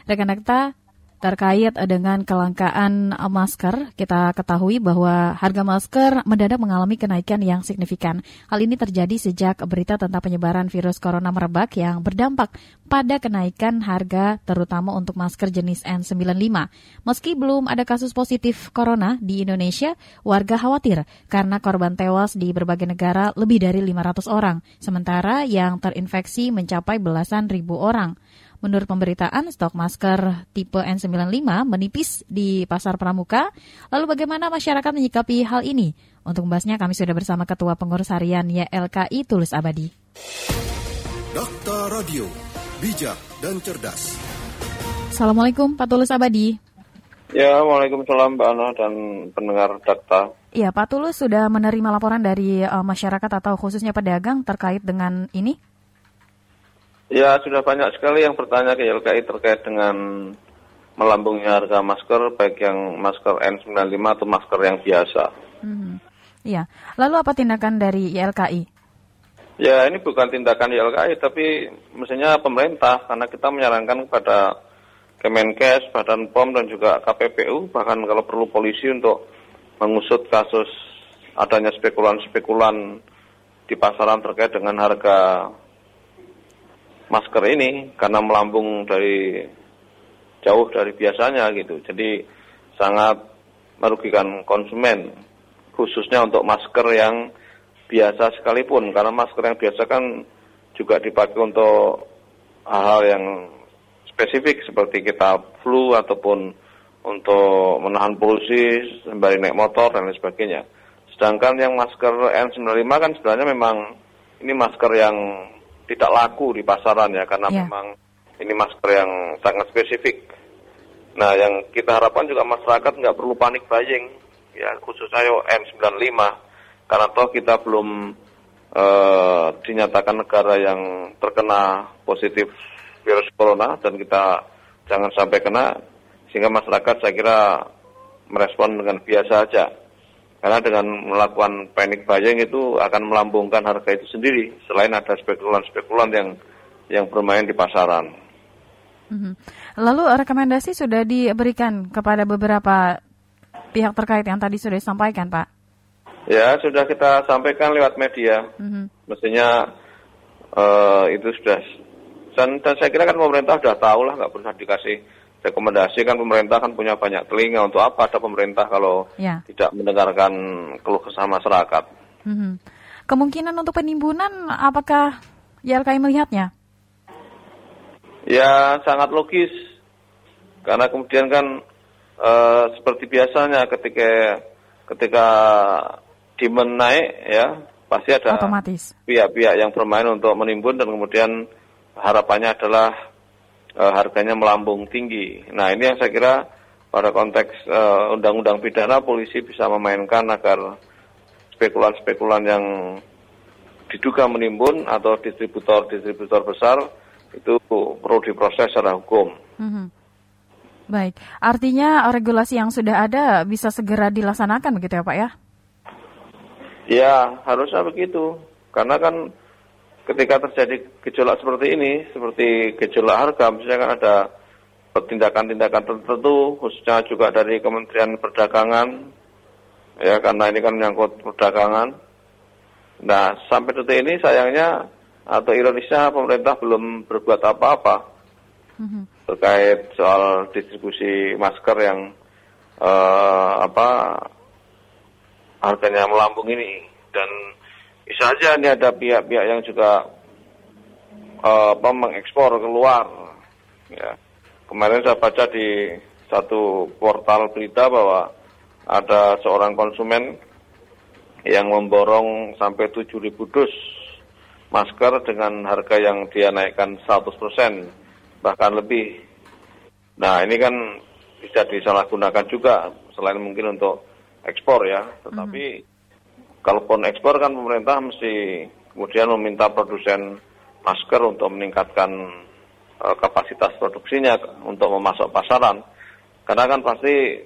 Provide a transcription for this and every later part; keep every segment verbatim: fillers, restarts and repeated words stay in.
Rekan kita terkait dengan kelangkaan masker, kita ketahui bahwa harga masker mendadak mengalami kenaikan yang signifikan. Hal ini terjadi sejak berita tentang penyebaran virus corona merebak yang berdampak pada kenaikan harga terutama untuk masker jenis N sembilan puluh lima. Meski belum ada kasus positif corona di Indonesia, warga khawatir karena korban tewas di berbagai negara lebih dari lima ratus orang, sementara yang terinfeksi mencapai belasan ribu orang. Menurut pemberitaan, stok masker tipe N sembilan puluh lima menipis di pasar pramuka. Lalu bagaimana masyarakat menyikapi hal ini? Untuk membahasnya kami sudah bersama Ketua Pengurus Harian Y L K I Tulus Abadi. Dakta Radio, bijak dan cerdas. Assalamualaikum Pak Tulus Abadi. Ya, waalaikumsalam Mbak Ana dan pendengar Dakta. Iya, Pak Tulus sudah menerima laporan dari uh, masyarakat atau khususnya pedagang terkait dengan ini? Ya, sudah banyak sekali yang bertanya ke Y L K I terkait dengan melambungnya harga masker, baik yang masker N sembilan puluh lima atau masker yang biasa. Hmm. Iya. Lalu apa tindakan dari Y L K I? Ya, ini bukan tindakan Y L K I, tapi mestinya pemerintah, karena kita menyarankan kepada Kemenkes, Badan P O M, dan juga K P P U, bahkan kalau perlu polisi untuk mengusut kasus adanya spekulan-spekulan di pasaran terkait dengan harga masker ini, karena melambung dari jauh dari biasanya gitu. Jadi sangat merugikan konsumen, khususnya untuk masker yang biasa sekalipun, karena masker yang biasa kan juga dipakai untuk hal-hal yang spesifik seperti kita flu ataupun untuk menahan polusi sembari naik motor dan lain sebagainya. Sedangkan yang masker N sembilan puluh lima kan sebenarnya memang ini masker yang tidak laku di pasaran ya, karena yeah. memang ini masker yang sangat spesifik. Nah, yang kita harapkan juga masyarakat nggak perlu panik buying, ya khususnya N sembilan puluh lima, karena toh kita belum uh, dinyatakan negara yang terkena positif virus corona, dan kita jangan sampai kena, sehingga masyarakat saya kira merespon dengan biasa aja. Karena dengan melakukan panic buying itu akan melambungkan harga itu sendiri, selain ada spekulan-spekulan yang yang bermain di pasaran. Mm-hmm. Lalu rekomendasi sudah diberikan kepada beberapa pihak terkait yang tadi sudah disampaikan, Pak? Ya, sudah kita sampaikan lewat media. Mm-hmm. Mestinya uh, itu sudah, dan, dan saya kira kan pemerintah sudah tahu lah, nggak perlu dikasih rekomendasi, kan pemerintah kan punya banyak telinga. Untuk apa ada pemerintah kalau ya. tidak mendengarkan keluh kesah masyarakat. Mm-hmm. Kemungkinan untuk penimbunan, apakah Y L K I melihatnya? Ya, sangat logis. Karena kemudian kan e, seperti biasanya ketika ketika demand naik, ya pasti ada otomatis pihak-pihak yang bermain untuk menimbun, dan kemudian harapannya adalah Uh, harganya melambung tinggi. Nah, ini yang saya kira pada konteks uh, undang-undang pidana, polisi bisa memainkan agar spekulan-spekulan yang diduga menimbun atau distributor-distributor besar itu perlu diproses secara hukum. Mm-hmm. Baik, artinya regulasi yang sudah ada bisa segera dilaksanakan begitu ya Pak ya? Ya, harusnya begitu. Karena kan ketika terjadi gejolak seperti ini, seperti gejolak harga, misalnya kan ada tindakan-tindakan tertentu, khususnya juga dari Kementerian Perdagangan, ya karena ini kan menyangkut perdagangan. Nah, sampai detik ini sayangnya atau ironisnya pemerintah belum berbuat apa-apa mm-hmm. terkait soal distribusi masker yang uh, apa harganya melambung ini. Dan bisa saja ini ada pihak-pihak yang juga uh, apa, mengekspor keluar. Ya. Kemarin saya baca di satu portal berita bahwa ada seorang konsumen yang memborong sampai tujuh ribu dus masker dengan harga yang dia naikkan seratus persen, bahkan lebih. Nah, ini kan bisa disalahgunakan juga, selain mungkin untuk ekspor ya, tetapi mm-hmm. kalaupun ekspor kan pemerintah mesti kemudian meminta produsen masker untuk meningkatkan uh, kapasitas produksinya untuk memasok pasaran. Karena kan pasti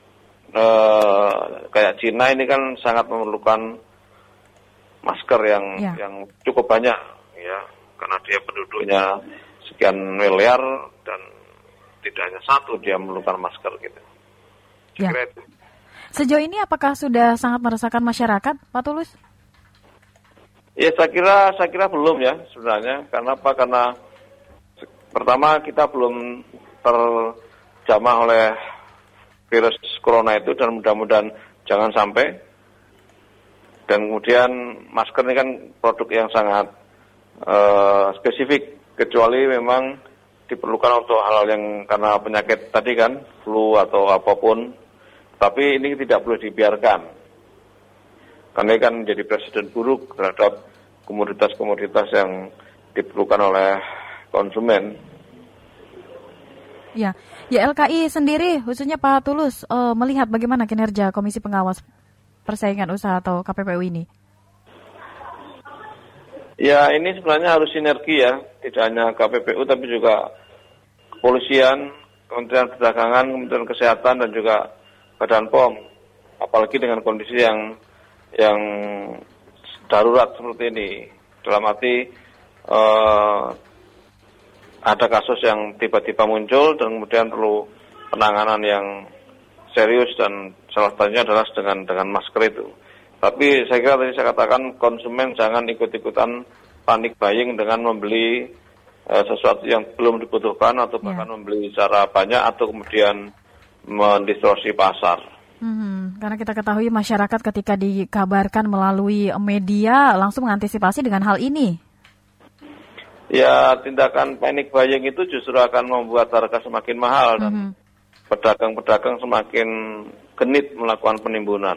uh, kayak Cina ini kan sangat memerlukan masker yang ya. yang cukup banyak ya, karena dia penduduknya sekian miliar dan tidak hanya satu dia memerlukan masker gitu. Ya. Sejauh ini apakah sudah sangat meresahkan masyarakat, Pak Tulus? Ya saya kira saya kira belum ya sebenarnya. Karena apa? Karena pertama kita belum terjamah oleh virus corona itu dan mudah-mudahan jangan sampai. Dan kemudian masker ini kan produk yang sangat uh, spesifik, kecuali memang diperlukan untuk hal-hal yang karena penyakit tadi kan, flu atau apapun. Tapi ini tidak boleh dibiarkan. Karena ini kan menjadi presiden buruk terhadap komoditas-komoditas yang diperlukan oleh konsumen. Ya, ya L K I sendiri, khususnya Pak Tulus, uh, melihat bagaimana kinerja Komisi Pengawas Persaingan Usaha atau K P P U ini? Ya, ini sebenarnya harus sinergi ya, tidak hanya K P P U tapi juga kepolisian, Kementerian Perdagangan, Kementerian Kesehatan dan juga Badan P O M. Apalagi dengan kondisi yang yang darurat seperti ini. Dalam arti eh, ada kasus yang tiba-tiba muncul dan kemudian perlu penanganan yang serius dan salah satunya adalah dengan dengan masker itu. Tapi saya kira tadi saya katakan konsumen jangan ikut-ikutan panik buying dengan membeli eh, sesuatu yang belum dibutuhkan atau bahkan yeah. membeli secara banyak atau kemudian mendistorsi pasar. Hmm, karena kita ketahui masyarakat ketika dikabarkan melalui media langsung mengantisipasi dengan hal ini. Ya, tindakan panic buying itu justru akan membuat harga semakin mahal dan mm-hmm. pedagang-pedagang semakin genit melakukan penimbunan.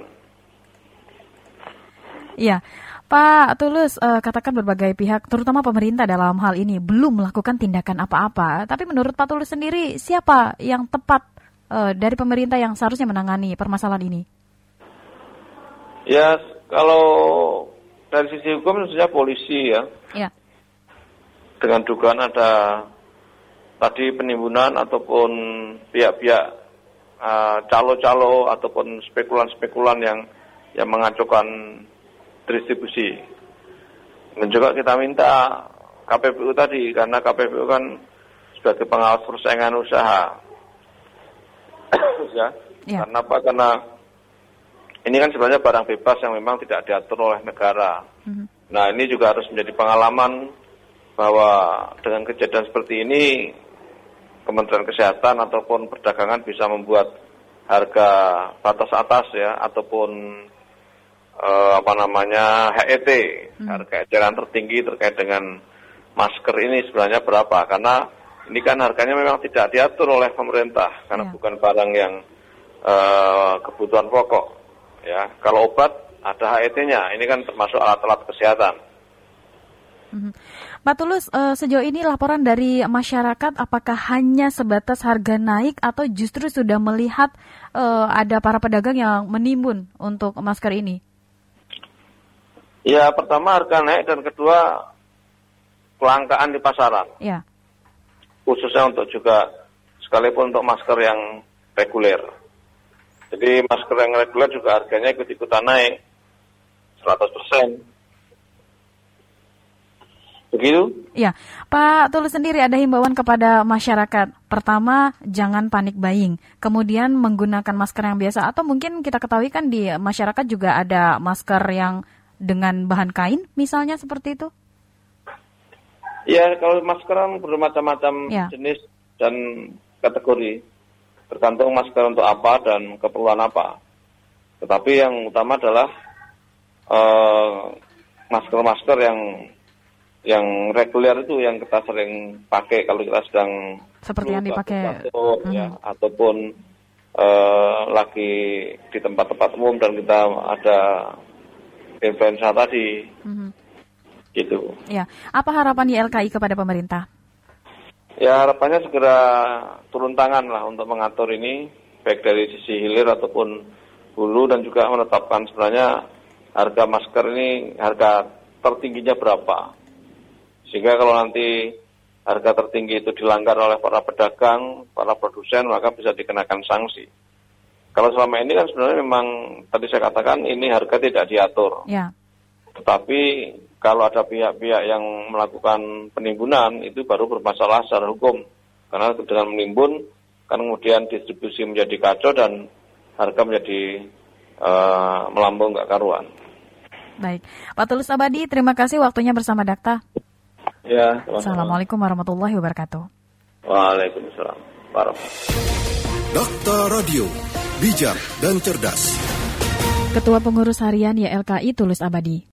Iya, Pak Tulus, uh, katakan berbagai pihak, terutama pemerintah dalam hal ini belum melakukan tindakan apa-apa. Tapi menurut Pak Tulus sendiri, siapa yang tepat Uh, dari pemerintah yang seharusnya menangani permasalahan ini? Ya, kalau dari sisi hukum tentunya polisi ya. Ya. Dengan dugaan ada tadi penimbunan ataupun pihak-pihak uh, calo-calo ataupun spekulan-spekulan yang yang mengacaukan distribusi. Dan juga kita minta K P P U tadi, karena K P P U kan sebagai pengawas persaingan usaha. Ya. ya, karena apa? Karena ini kan sebenarnya barang bebas yang memang tidak diatur oleh negara. Mm-hmm. Nah, ini juga harus menjadi pengalaman bahwa dengan kejadian seperti ini, Kementerian Kesehatan ataupun Perdagangan bisa membuat harga batas atas ya, ataupun eh, apa namanya H E T, mm-hmm. harga eceran tertinggi terkait dengan masker ini sebenarnya berapa? Karena ini kan harganya memang tidak diatur oleh pemerintah karena ya. bukan barang yang uh, kebutuhan pokok. Ya, kalau obat ada H E T-nya, ini kan termasuk alat-alat kesehatan. Mm-hmm. Pak Tulus, uh, sejauh ini laporan dari masyarakat apakah hanya sebatas harga naik atau justru sudah melihat uh, ada para pedagang yang menimbun untuk masker ini? Ya, pertama harga naik dan kedua kelangkaan di pasaran. Ya. Khususnya untuk juga sekalipun untuk masker yang reguler. Jadi masker yang reguler juga harganya ikut-ikutan naik seratus persen. Begitu? Ya, Pak Tulus sendiri ada himbauan kepada masyarakat. Pertama, jangan panik buying. Kemudian menggunakan masker yang biasa atau mungkin kita ketahui kan di masyarakat juga ada masker yang dengan bahan kain misalnya seperti itu. Ya, kalau masker kan bermacam-macam ya. jenis dan kategori. Tergantung masker untuk apa dan keperluan apa. Tetapi yang utama adalah uh, masker-masker yang yang reguler itu yang kita sering pakai kalau kita sedang seperti yang dipakai batuk, ya, mm-hmm. ataupun uh, lagi di tempat-tempat umum dan kita ada influenza tadi. Mm-hmm. Gitu. Ya, apa harapan Y L K I kepada pemerintah? Ya, harapannya segera turun tangan lah untuk mengatur ini, baik dari sisi hilir ataupun hulu, dan juga menetapkan sebenarnya harga masker ini harga tertingginya berapa. Sehingga kalau nanti harga tertinggi itu dilanggar oleh para pedagang, para produsen, maka bisa dikenakan sanksi. Kalau selama ini kan sebenarnya memang tadi saya katakan ini harga tidak diatur. Ya. Tetapi kalau ada pihak-pihak yang melakukan penimbunan, itu baru bermasalah secara hukum. Karena dengan menimbun kan kemudian distribusi menjadi kacau dan harga menjadi uh, melambung nggak karuan. Baik, Pak Tulus Abadi, terima kasih waktunya bersama Dakta. Ya, Assalamualaikum warahmatullahi wabarakatuh. Waalaikumsalam warahmatullahi. Dakta Radio, bijak dan cerdas. Ketua Pengurus Harian Y L K I Tulus Abadi.